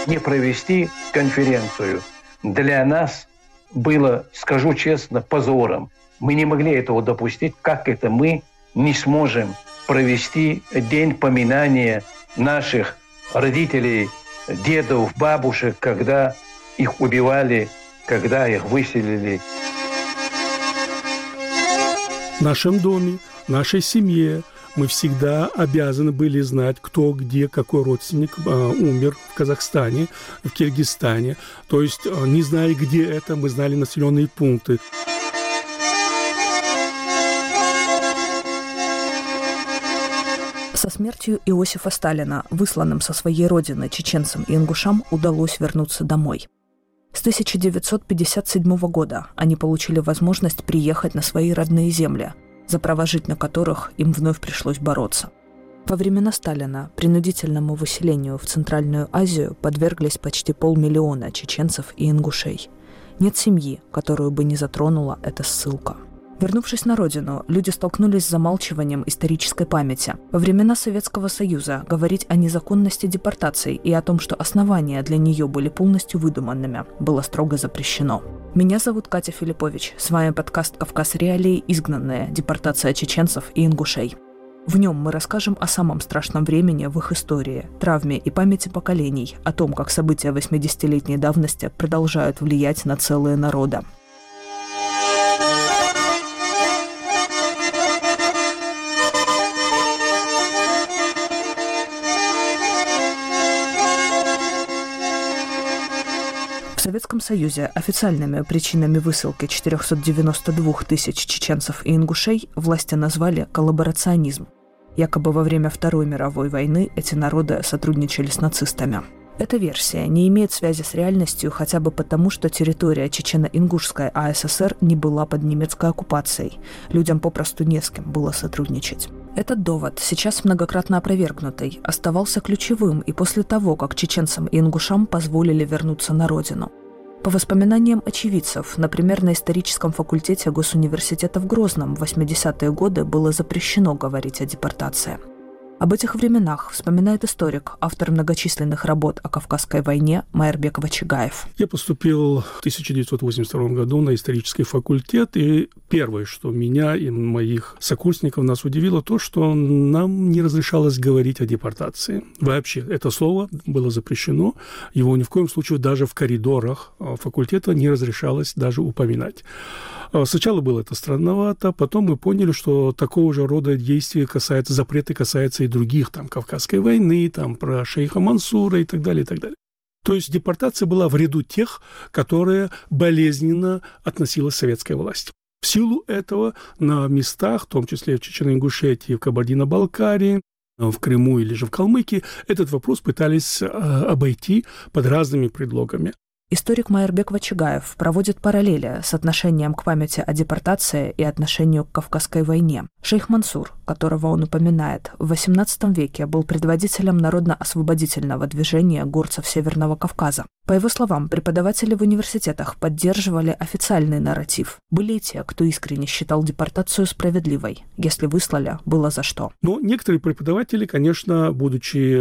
не провести конференцию для нас было, скажу честно, позором. Мы не могли этого допустить. Как это мы не сможем провести день поминания наших родителей, дедов, бабушек, когда их убивали, когда их выселили? В нашем доме, в нашей семье мы всегда обязаны были знать, кто, где, какой родственник умер в Казахстане, в Киргизстане. То есть, не зная, где это, мы знали населенные пункты. Со смертью Иосифа Сталина, высланным со своей родины чеченцам и ингушам, удалось вернуться домой. С 1957 года они получили возможность приехать на свои родные земли, за права жить на которых им вновь пришлось бороться. Во времена Сталина принудительному выселению в Центральную Азию подверглись почти 500 000 чеченцев и ингушей. Нет семьи, которую бы не затронула эта ссылка. Вернувшись на родину, люди столкнулись с замалчиванием исторической памяти. Во времена Советского Союза говорить о незаконности депортаций и о том, что основания для нее были полностью выдуманными, было строго запрещено. Меня зовут Катя Филиппович. С вами подкаст «Кавказ. Реалии. Изгнанные. Депортация чеченцев и ингушей». В нем мы расскажем о самом страшном времени в их истории, травме и памяти поколений, о том, как события 80-летней давности продолжают влиять на целые народы. В Советском Союзе официальными причинами высылки 492 тысяч чеченцев и ингушей власти назвали коллаборационизм. Якобы во время Второй мировой войны эти народы сотрудничали с нацистами. Эта версия не имеет связи с реальностью хотя бы потому, что территория Чечено-Ингушской АССР не была под немецкой оккупацией. Людям попросту не с кем было сотрудничать. Этот довод, сейчас многократно опровергнутый, оставался ключевым и после того, как чеченцам и ингушам позволили вернуться на родину. По воспоминаниям очевидцев, например, на историческом факультете Госуниверситета в Грозном в 80-е годы было запрещено говорить о депортации. Об этих временах вспоминает историк, автор многочисленных работ о Кавказской войне Майырбек Вачигаев. Я поступил в 1982 году на исторический факультет, и первое, что меня и моих сокурсников нас удивило, то, что нам не разрешалось говорить о депортации. Вообще, это слово было запрещено, его ни в коем случае даже в коридорах факультета не разрешалось даже упоминать. Сначала было это странновато, потом мы поняли, что такого же рода действия запреты касаются и других, там, Кавказской войны, там, про шейха Мансура и так далее, и так далее. То есть депортация была в ряду тех, которые болезненно относилась советская власть. В силу этого на местах, в том числе в Чечено-Ингушетии, в Кабардино-Балкарии, в Крыму или же в Калмыкии, этот вопрос пытались обойти под разными предлогами. Историк Майырбек Вачигаев проводит параллели с отношением к памяти о депортации и отношению к Кавказской войне. Шейх Мансур, которого он упоминает, в XVIII веке был предводителем народно-освободительного движения горцев Северного Кавказа. По его словам, преподаватели в университетах поддерживали официальный нарратив. Были и те, кто искренне считал депортацию справедливой. Если выслали, было за что. Но некоторые преподаватели, конечно, будучи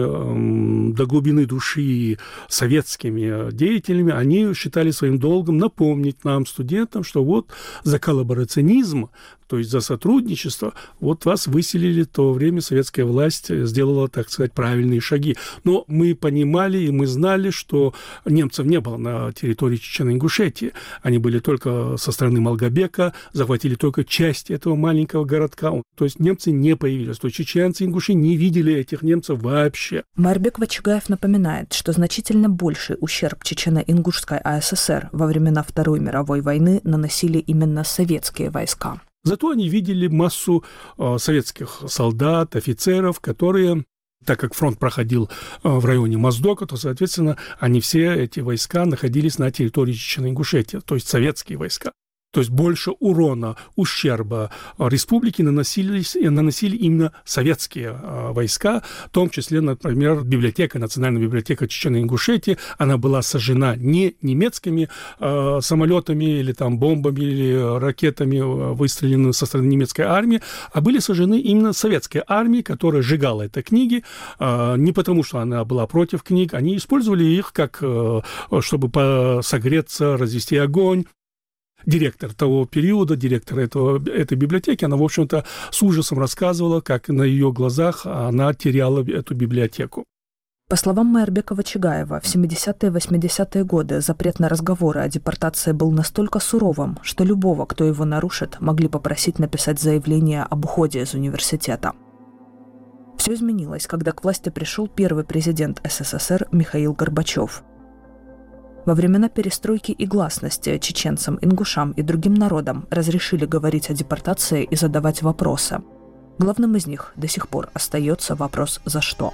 до глубины души советскими деятелями, они считали своим долгом напомнить нам, студентам, что вот за коллаборационизм, то есть за сотрудничество, вот вас выселили, в то время советская власть сделала, так сказать, правильные шаги. Но мы понимали и мы знали, что немцев не было на территории Чечено-Ингушетии. Они были только со стороны Малгобека, захватили только часть этого маленького городка. То есть немцы не появились. То есть чеченцы и ингуши не видели этих немцев вообще. Майырбек Вачигаев напоминает, что значительно больший ущерб Чечено-Ингушской АССР во времена Второй мировой войны наносили именно советские войска. Зато они видели массу советских солдат, офицеров, которые, так как фронт проходил в районе Моздока, то, соответственно, они все, эти войска, находились на территории Чечено-Ингушетии, то есть советские войска. То есть больше урона, ущерба республике наносили именно советские войска, в том числе, например, Национальная библиотека Чечено-Ингушетии, она была сожжена не немецкими самолетами или там бомбами или ракетами, выстреленными со стороны немецкой армии, а были сожжены именно советской армией, которая сжигала эти книги, не потому что она была против книг, они использовали их как, чтобы согреться, развести огонь. Директор того периода, директор этой библиотеки, она, в общем-то, с ужасом рассказывала, как на ее глазах она теряла эту библиотеку. По словам Майрбека Вачигаева, в 70-е и 80-е годы запрет на разговоры о депортации был настолько суровым, что любого, кто его нарушит, могли попросить написать заявление об уходе из университета. Все изменилось, когда к власти пришел первый президент СССР Михаил Горбачев. Во времена перестройки и гласности чеченцам, ингушам и другим народам разрешили говорить о депортации и задавать вопросы. Главным из них до сих пор остается вопрос «за что?».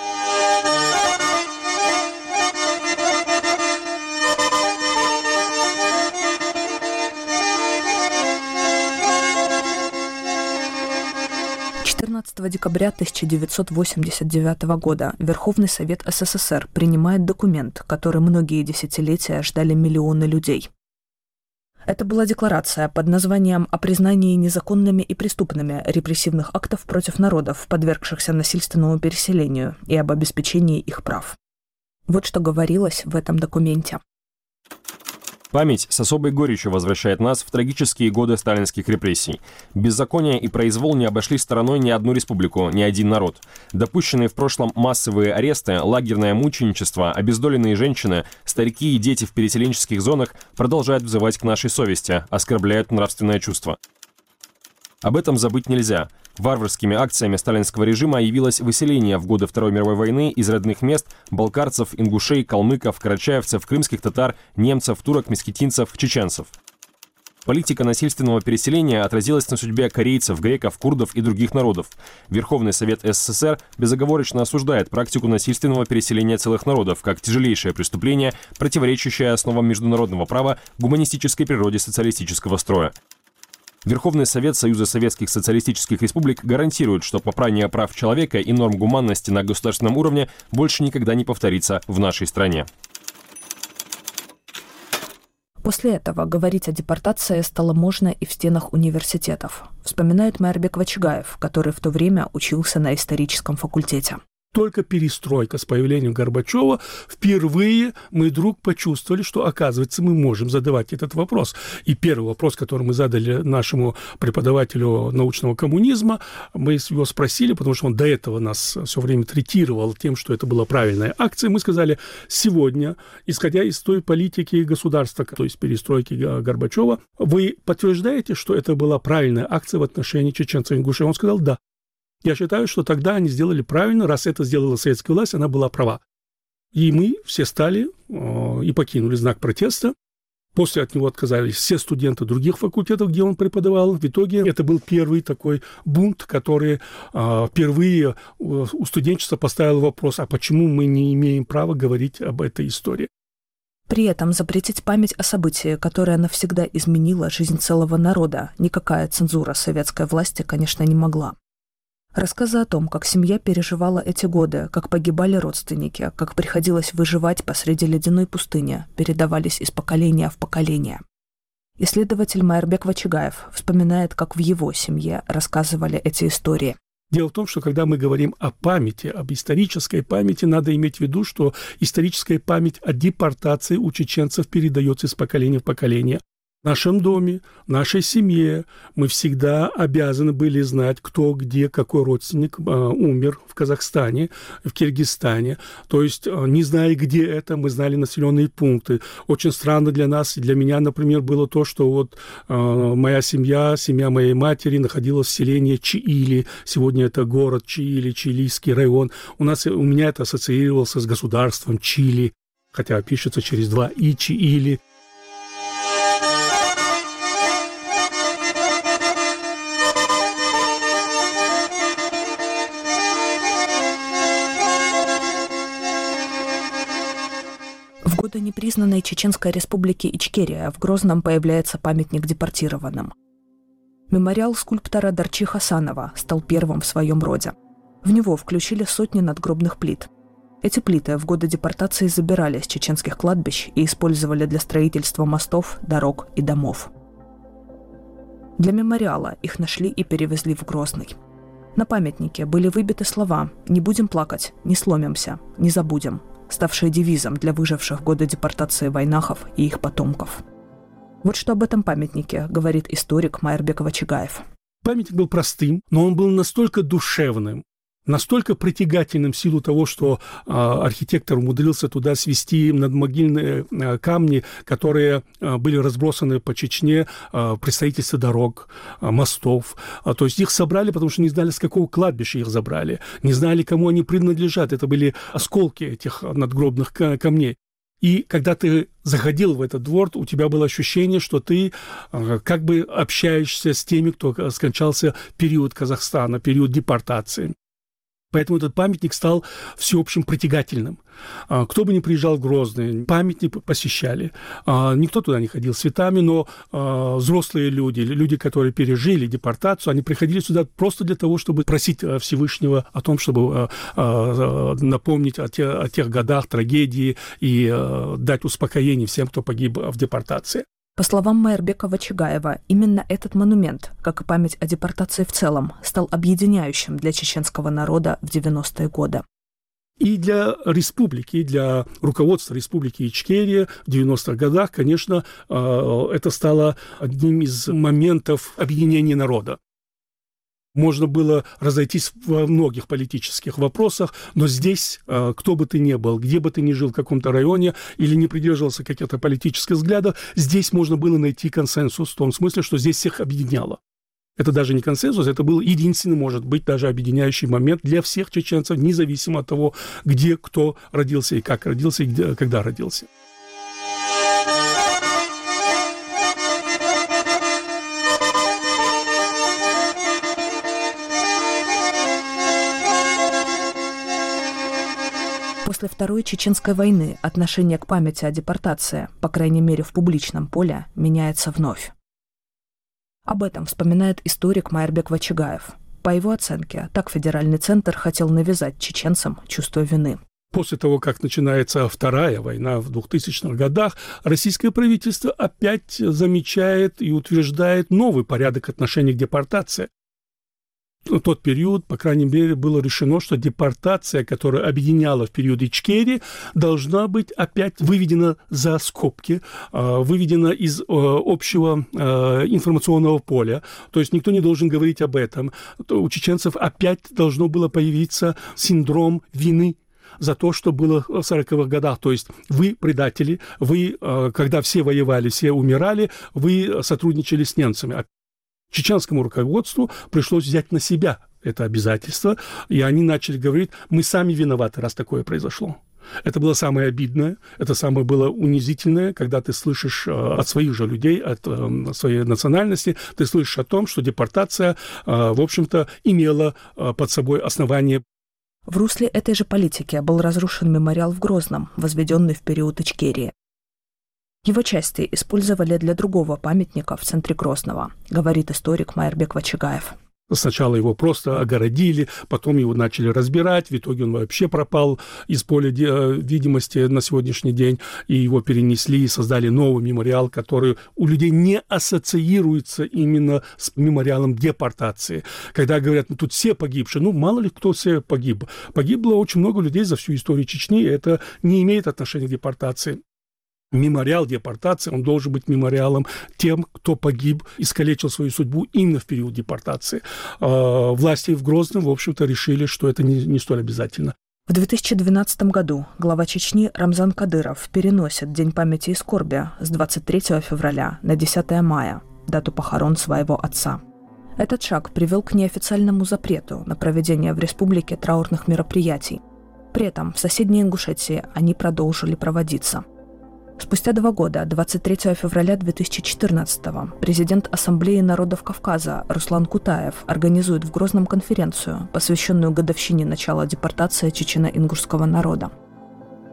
Декабря 1989 года Верховный Совет СССР принимает документ, который многие десятилетия ждали миллионы людей. Это была декларация под названием «О признании незаконными и преступными репрессивных актов против народов, подвергшихся насильственному переселению, и об обеспечении их прав». Вот что говорилось в этом документе. Память с особой горечью возвращает нас в трагические годы сталинских репрессий. Беззаконие и произвол не обошли стороной ни одну республику, ни один народ. Допущенные в прошлом массовые аресты, лагерное мученичество, обездоленные женщины, старики и дети в переселенческих зонах продолжают взывать к нашей совести, оскорбляют нравственное чувство. Об этом забыть нельзя. Варварскими акциями сталинского режима явилось выселение в годы Второй мировой войны из родных мест балкарцев, ингушей, калмыков, карачаевцев, крымских татар, немцев, турок, месхетинцев, чеченцев. Политика насильственного переселения отразилась на судьбе корейцев, греков, курдов и других народов. Верховный Совет СССР безоговорочно осуждает практику насильственного переселения целых народов как тяжелейшее преступление, противоречащее основам международного права, гуманистической природе социалистического строя. Верховный Совет Союза Советских Социалистических Республик гарантирует, что попрание прав человека и норм гуманности на государственном уровне больше никогда не повторится в нашей стране. После этого говорить о депортации стало можно и в стенах университетов, вспоминает Майрбек Вачигаев, который в то время учился на историческом факультете. Только перестройка с появлением Горбачева, впервые мы вдруг почувствовали, что, оказывается, мы можем задавать этот вопрос. И первый вопрос, который мы задали нашему преподавателю научного коммунизма, мы его спросили, потому что он до этого нас все время третировал тем, что это была правильная акция. Мы сказали, сегодня, исходя из той политики государства, то есть перестройки Горбачева, вы подтверждаете, что это была правильная акция в отношении чеченцев и ингушей? Он сказал, да. Я считаю, что тогда они сделали правильно, раз это сделала советская власть, она была права. И мы все стали и покинули знак протеста. После от него отказались все студенты других факультетов, где он преподавал. В итоге это был первый такой бунт, который впервые у студенчества поставил вопрос, а почему мы не имеем права говорить об этой истории? При этом запретить память о событии, которое навсегда изменило жизнь целого народа, никакая цензура советской власти, конечно, не могла. Рассказы о том, как семья переживала эти годы, как погибали родственники, как приходилось выживать посреди ледяной пустыни, передавались из поколения в поколение. Исследователь Майрбек Вачигаев вспоминает, как в его семье рассказывали эти истории. Дело в том, что когда мы говорим о памяти, об исторической памяти, надо иметь в виду, что историческая память о депортации у чеченцев передается из поколения в поколение. В нашем доме, в нашей семье мы всегда обязаны были знать, кто, где, какой родственник умер в Казахстане, в Киргизстане. То есть, не зная, где это, мы знали населенные пункты. Очень странно для нас, для меня, например, было то, что вот моя семья моей матери находилась в селении Чиили. Сегодня это город Чиили, Чилийский район. У меня это ассоциировалось с государством Чили, хотя пишется через 2 «и» Чиили. В годы фото непризнанной Чеченской республики Ичкерия в Грозном появляется памятник депортированным. Мемориал скульптора Дарчи Хасанова стал первым в своем роде. В него включили сотни надгробных плит. Эти плиты в годы депортации забирали с чеченских кладбищ и использовали для строительства мостов, дорог и домов. Для мемориала их нашли и перевезли в Грозный. На памятнике были выбиты слова «Не будем плакать, не сломимся, не забудем», ставшие девизом для выживших в годы депортации войнахов и их потомков. Вот что об этом памятнике говорит историк Майырбек Вачигаев. Памятник был простым, но он был настолько душевным, настолько притягательным в силу того, что архитектор умудрился туда свести надмогильные камни, которые были разбросаны по Чечне при строительстве дорог, мостов. То есть их собрали, потому что не знали, с какого кладбища их забрали, не знали, кому они принадлежат. Это были осколки этих надгробных камней. И когда ты заходил в этот двор, у тебя было ощущение, что ты как бы общаешься с теми, кто скончался в период Казахстана, период депортации. Поэтому этот памятник стал всеобщим притягательным. Кто бы ни приезжал в Грозный, памятник посещали. Никто туда не ходил с цветами, но взрослые люди, которые пережили депортацию, они приходили сюда просто для того, чтобы просить Всевышнего о том, чтобы напомнить о тех годах трагедии и дать успокоение всем, кто погиб в депортации. По словам Майырбека Вачигаева, именно этот монумент, как и память о депортации в целом, стал объединяющим для чеченского народа в 90-е годы. И для республики, и для руководства республики Ичкерия в 90-х годах, конечно, это стало одним из моментов объединения народа. Можно было разойтись во многих политических вопросах, но здесь, кто бы ты ни был, где бы ты ни жил в каком-то районе или не придерживался каких-то политических взглядов, здесь можно было найти консенсус в том смысле, что здесь всех объединяло. Это даже не консенсус, это был единственный, может быть, даже объединяющий момент для всех чеченцев, независимо от того, где кто родился и как родился, и когда родился. После Второй Чеченской войны отношение к памяти о депортации, по крайней мере в публичном поле, меняется вновь. Об этом вспоминает историк Майырбек Вачигаев. По его оценке, так федеральный центр хотел навязать чеченцам чувство вины. После того, как начинается Вторая война в 2000-х годах, российское правительство опять замечает и утверждает новый порядок отношений к депортации. В тот период, по крайней мере, было решено, что депортация, которая объединяла в период Ичкерии, должна быть опять выведена за скобки, выведена из общего информационного поля. То есть никто не должен говорить об этом. У чеченцев опять должно было появиться синдром вины за то, что было в 40-х годах. То есть вы предатели, вы, когда все воевали, все умирали, вы сотрудничали с немцами. Чеченскому руководству пришлось взять на себя это обязательство, и они начали говорить, мы сами виноваты, раз такое произошло. Это было самое обидное, это самое было унизительное, когда ты слышишь от своих же людей, от своей национальности, ты слышишь о том, что депортация, в общем-то, имела под собой основание. В русле этой же политики был разрушен мемориал в Грозном, возведенный в период Ичкерии. Его части использовали для другого памятника в центре Грозного, говорит историк Майырбек Вачигаев. Сначала его просто огородили, потом его начали разбирать, в итоге он вообще пропал из поля видимости на сегодняшний день, и его перенесли и создали новый мемориал, который у людей не ассоциируется именно с мемориалом депортации. Когда говорят, тут все погибшие, мало ли кто все погиб. Погибло очень много людей за всю историю Чечни, и это не имеет отношения к депортации. Мемориал депортации, он должен быть мемориалом тем, кто погиб, искалечил свою судьбу именно в период депортации. Власти в Грозном, в общем-то, решили, что это не столь обязательно. В 2012 году глава Чечни Рамзан Кадыров переносит День памяти и скорби с 23 февраля на 10 мая, дату похорон своего отца. Этот шаг привел к неофициальному запрету на проведение в республике траурных мероприятий. При этом в соседней Ингушетии они продолжили проводиться. Спустя 2 года, 23 февраля 2014-го, президент Ассамблеи народов Кавказа Руслан Кутаев организует в Грозном конференцию, посвященную годовщине начала депортации чечено-ингушского народа.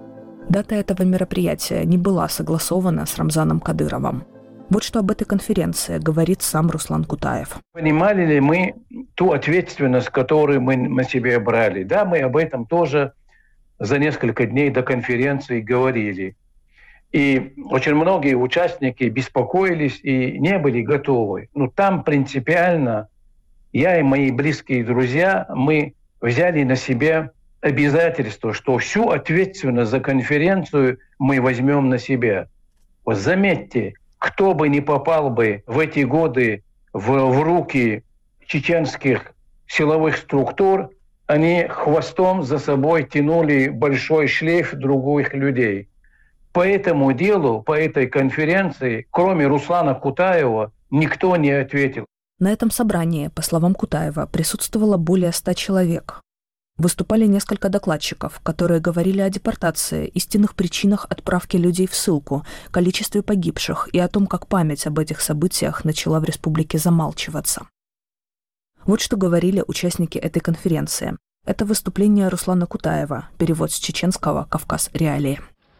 Дата этого мероприятия не была согласована с Рамзаном Кадыровым. Вот что об этой конференции говорит сам Руслан Кутаев. Понимали ли мы ту ответственность, которую мы на себя брали? Да, мы об этом тоже за несколько дней до конференции говорили. И очень многие участники беспокоились и не были готовы. Но там принципиально я и мои близкие друзья, мы взяли на себя обязательство, что всю ответственность за конференцию мы возьмем на себя. Вот заметьте, кто бы ни попал бы в эти годы в руки чеченских силовых структур, они хвостом за собой тянули большой шлейф других людей. По этому делу, по этой конференции, кроме Руслана Кутаева, никто не ответил. На этом собрании, по словам Кутаева, присутствовало более 100 человек. Выступали несколько докладчиков, которые говорили о депортации, истинных причинах отправки людей в ссылку, количестве погибших и о том, как память об этих событиях начала в республике замалчиваться. Вот что говорили участники этой конференции. Это выступление Руслана Кутаева, перевод с чеченского «Кавказ. Реалии».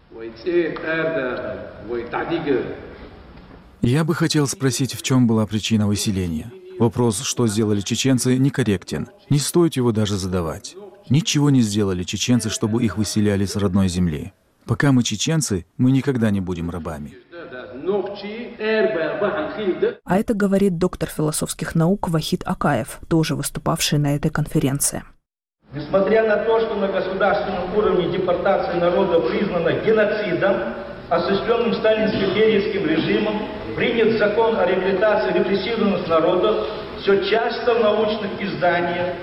Я бы хотел спросить, в чем была причина выселения. Вопрос, что сделали чеченцы, некорректен. Не стоит его даже задавать. Ничего не сделали чеченцы, чтобы их выселяли с родной земли. Пока мы чеченцы, мы никогда не будем рабами. А это говорит доктор философских наук Вахид Акаев, тоже выступавший на этой конференции. Несмотря на то, что на государственном уровне депортация народа признана геноцидом, осуществленным сталинско-бериевским режимом, принят закон о реабилитации репрессированных народов, все часто в научных изданиях,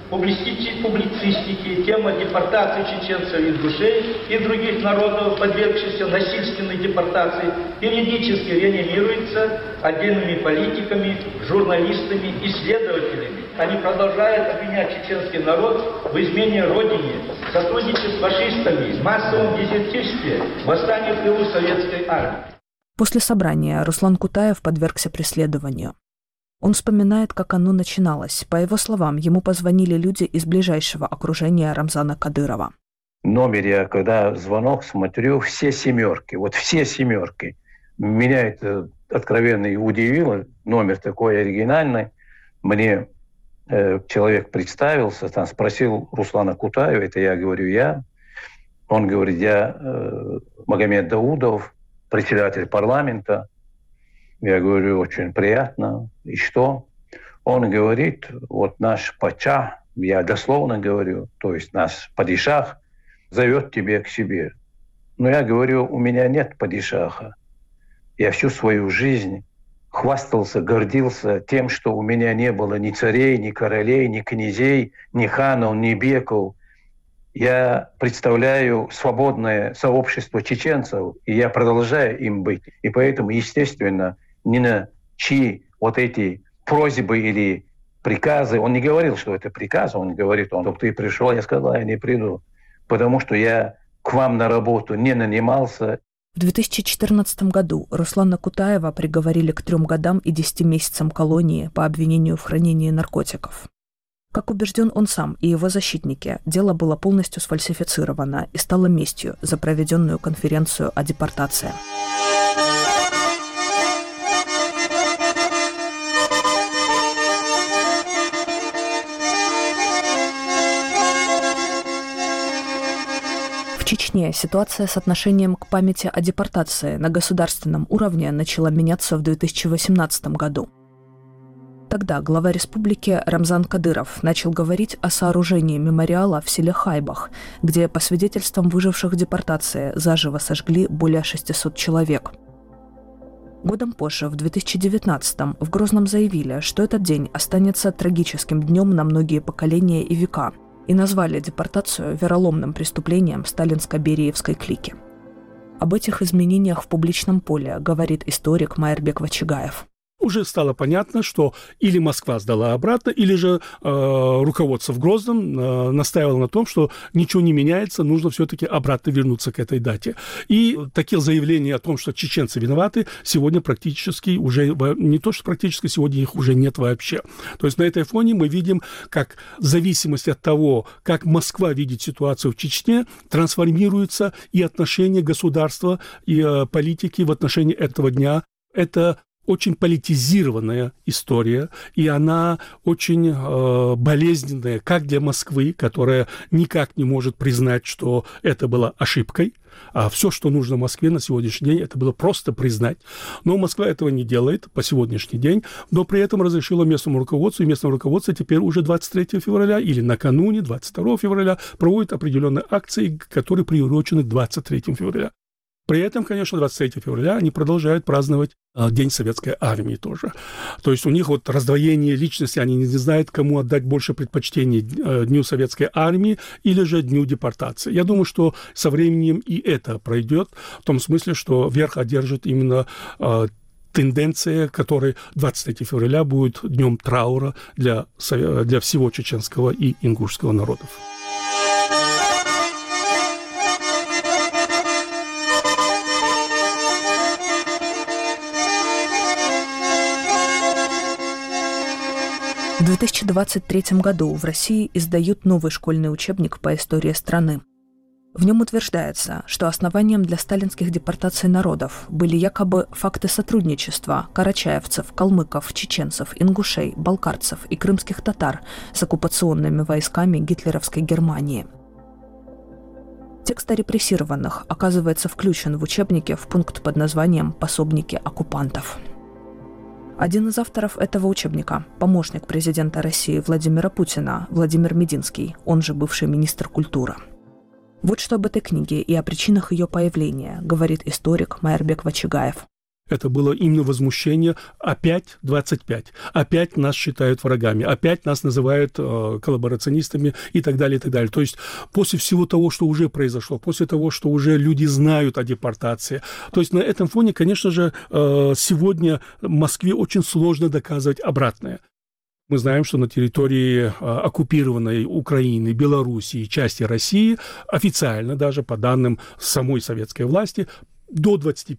публицистике тема депортации чеченцев из Ингушей и других народов, подвергшихся насильственной депортации, периодически реанимируется отдельными политиками, журналистами, исследователями. Они продолжают обвинять чеченский народ в измене родине, сотрудничестве с фашистами, массовом дезертирстве, восстании в тылу советской армии. После собрания Руслан Кутаев подвергся преследованию. Он вспоминает, как оно начиналось. По его словам, ему позвонили люди из ближайшего окружения Рамзана Кадырова. В номере, когда звонок, смотрю, все семерки. Вот все семерки. Меня это откровенно и удивило. Номер такой оригинальный. Мне человек представился, там спросил Руслана Кутаева, это я говорю я. Он говорит, я Магомед Даудов, председатель парламента. Я говорю, очень приятно. И что? Он говорит, вот наш пача, я дословно говорю, то есть наш падишах, зовет тебя к себе. Но я говорю, у меня нет падишаха. Я всю свою жизнь хвастался, гордился тем, что у меня не было ни царей, ни королей, ни князей, ни ханов, ни беков. Я представляю свободное сообщество чеченцев, и я продолжаю им быть. И поэтому, естественно, ни на чьи вот эти просьбы или приказы, он не говорил, что это приказ, он говорит, чтобы ты пришел, я сказал, я не приду, потому что я к вам на работу не нанимался. В 2014 году Руслана Кутаева приговорили к 3 годам и 10 месяцам колонии по обвинению в хранении наркотиков. Как убежден он сам и его защитники, дело было полностью сфальсифицировано и стало местью за проведенную конференцию о депортации. В Чечне ситуация с отношением к памяти о депортации на государственном уровне начала меняться в 2018 году. Тогда глава республики Рамзан Кадыров начал говорить о сооружении мемориала в селе Хайбах, где, по свидетельствам выживших в депортации, заживо сожгли более 600 человек. Годом позже, в 2019-м, в Грозном заявили, что этот день останется трагическим днем на многие поколения и века, и назвали депортацию вероломным преступлением сталинско-бериевской клики. Об этих изменениях в публичном поле говорит историк Майырбек Вачигаев. уже стало понятно, что или Москва сдала обратно, или же руководство в Грозном настаивало на том, что ничего не меняется, нужно все-таки обратно вернуться к этой дате. И такие заявления о том, что чеченцы виноваты, сегодня практически уже, не то что практически, сегодня их уже нет вообще. То есть на этой фоне мы видим, как в зависимости от того, как Москва видит ситуацию в Чечне, трансформируется и отношение государства, и политики в отношении этого дня. Это очень политизированная история, и она очень болезненная как для Москвы, которая никак не может признать, что это была ошибкой, а все, что нужно Москве на сегодняшний день, это было просто признать. Но Москва этого не делает по сегодняшний день, но при этом разрешила местному руководству, и местное руководство теперь уже 23 февраля или накануне 22 февраля проводит определенные акции, которые приурочены к 23 февраля. При этом, конечно, 23 февраля они продолжают праздновать День Советской Армии тоже. То есть у них вот раздвоение личности, они не знают, кому отдать больше предпочтений, Дню Советской Армии или же Дню депортации. Я думаю, что со временем и это пройдет, в том смысле, что верх одержит именно тенденция, которая 23 февраля будет днем траура для всего чеченского и ингушского народов. В 2023 году в России издают новый школьный учебник по истории страны. В нем утверждается, что основанием для сталинских депортаций народов были якобы факты сотрудничества карачаевцев, калмыков, чеченцев, ингушей, балкарцев и крымских татар с оккупационными войсками гитлеровской Германии. Текст о репрессированных оказывается включен в учебнике в пункт под названием «Пособники оккупантов». Один из авторов этого учебника – помощник президента России Владимира Путина Владимир Мединский, он же бывший министр культуры. Вот что об этой книге и о причинах ее появления говорит историк Майербек Вачигаев. Это было именно возмущение. Опять 25. Опять нас считают врагами. Опять нас называют коллаборационистами и так далее, и так далее. То есть после всего того, что уже произошло, после того, что уже люди знают о депортации. То есть на этом фоне, конечно же, сегодня Москве очень сложно доказывать обратное. Мы знаем, что на территории оккупированной Украины, Белоруссии, части России официально, даже по данным самой советской власти, до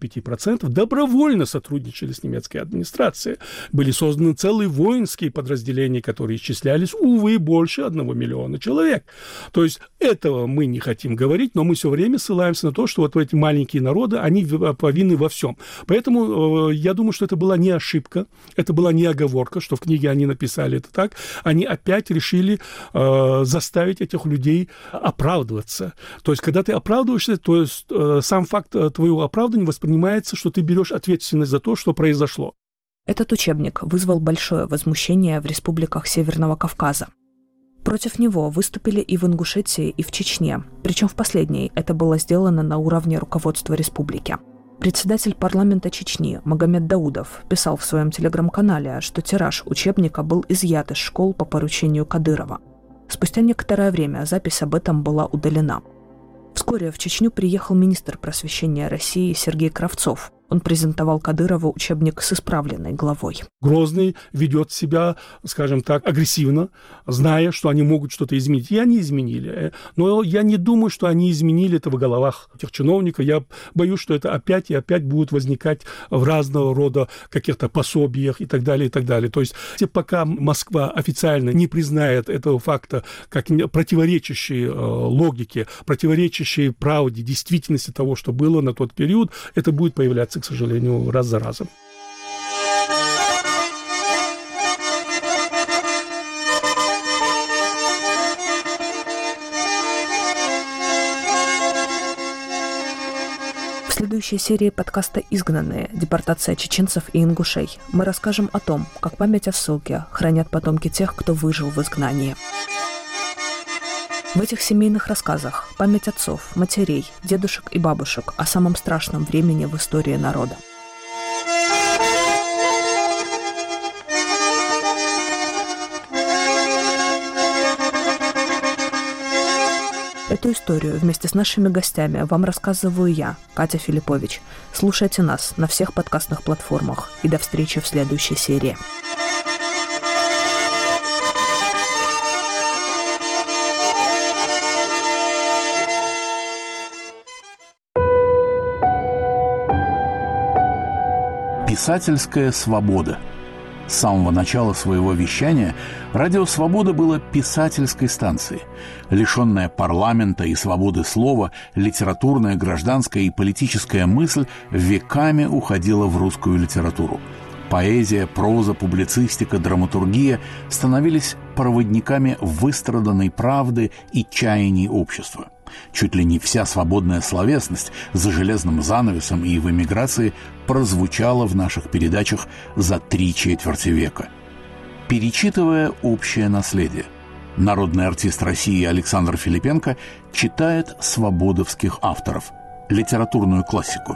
25% добровольно сотрудничали с немецкой администрацией. Были созданы целые воинские подразделения, которые исчислялись, увы, больше 1 миллиона человек. То есть этого мы не хотим говорить, но мы все время ссылаемся на то, что вот эти маленькие народы, они повинны во всем. Поэтому я думаю, что это была не ошибка, это была не оговорка, что в книге они написали это так. Они опять решили заставить этих людей оправдываться. То есть, когда ты оправдываешься, то есть сам факт твоего оправдания воспринимается, что ты берешь ответственность за то, что произошло. Этот учебник вызвал большое возмущение в республиках Северного Кавказа. Против него выступили и в Ингушетии, и в Чечне. Причем в последней это было сделано на уровне руководства республики. Председатель парламента Чечни Магомед Даудов писал в своем телеграм-канале, что тираж учебника был изъят из школ по поручению Кадырова. Спустя некоторое время запись об этом была удалена. Вскоре в Чечню приехал министр просвещения России Сергей Кравцов. Он презентовал Кадырову учебник с исправленной главой. Грозный ведет себя, скажем так, агрессивно, зная, что они могут что-то изменить. И они изменили. Но я не думаю, что они изменили это в головах этих чиновников. Я боюсь, что это опять и опять будет возникать в разного рода каких-то пособиях и так далее, и так далее. То есть пока Москва официально не признает этого факта как противоречащий логике, противоречащий правде, действительности того, что было на тот период, это будет появляться, к сожалению, раз за разом. В следующей серии подкаста «Изгнанные. Депортация чеченцев и ингушей» мы расскажем о том, как память о ссылке хранят потомки тех, кто выжил в изгнании. В этих семейных рассказах память отцов, матерей, дедушек и бабушек о самом страшном времени в истории народа. Эту историю вместе с нашими гостями вам рассказываю я, Катя Филиппович. Слушайте нас на всех подкастных платформах. И до встречи в следующей серии. Писательская свобода. С самого начала своего вещания «Радио Свобода» было писательской станцией. Лишенная парламента и свободы слова, литературная, гражданская и политическая мысль веками уходила в русскую литературу. Поэзия, проза, публицистика, драматургия становились проводниками выстраданной правды и чаяний общества. Чуть ли не вся свободная словесность за железным занавесом и в эмиграции прозвучала в наших передачах за 3/4 века. Перечитывая общее наследие, народный артист России Александр Филипенко читает свободовских авторов, литературную классику.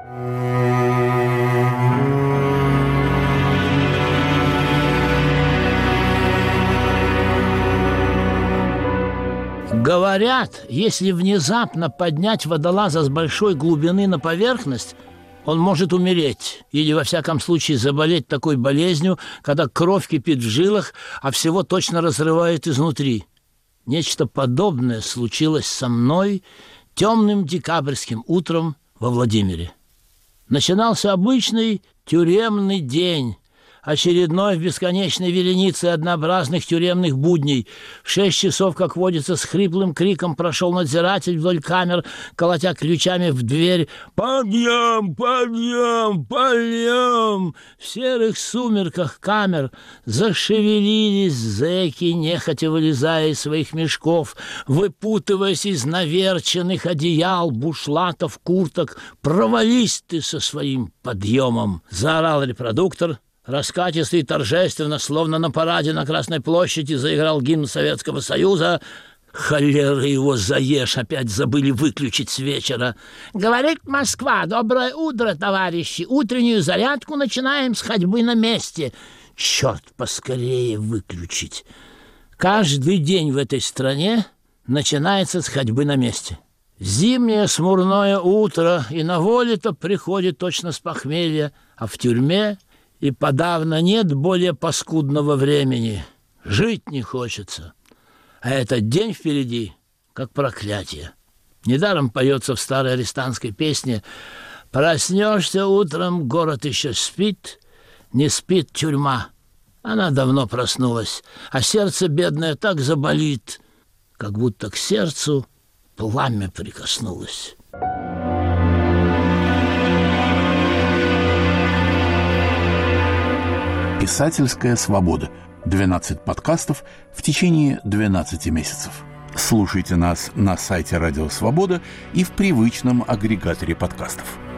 Говорят, если внезапно поднять водолаза с большой глубины на поверхность, он может умереть или, во всяком случае, заболеть такой болезнью, когда кровь кипит в жилах, а всего точно разрывает изнутри. Нечто подобное случилось со мной темным декабрьским утром во Владимире. Начинался обычный тюремный день, очередной в бесконечной веренице однообразных тюремных будней. В 6 часов, как водится, с хриплым криком прошел надзиратель вдоль камер, колотя ключами в дверь. «Подъем! Подъем! Подъем!» В серых сумерках камер зашевелились зэки, нехотя вылезая из своих мешков, выпутываясь из наверченных одеял, бушлатов, курток. «Провались ты со своим подъемом!» — заорал репродуктор. Раскатисто и торжественно, словно на параде на Красной площади, заиграл гимн Советского Союза. Холера его заешь, опять забыли выключить с вечера. «Говорит Москва, доброе утро, товарищи. Утреннюю зарядку начинаем с ходьбы на месте». Черт, поскорее выключить. Каждый день в этой стране начинается с ходьбы на месте. Зимнее смурное утро, и на воле-то приходит точно с похмелья, а в тюрьме и подавно нет более паскудного времени. Жить не хочется. А этот день впереди, как проклятие. Недаром поется в старой арестантской песне: «Проснешься утром, город еще спит, не спит тюрьма». Она давно проснулась, а сердце бедное так заболит, как будто к сердцу пламя прикоснулось. Писательская свобода. 12 подкастов в течение 12 месяцев. Слушайте нас на сайте Радио Свобода и в привычном агрегаторе подкастов.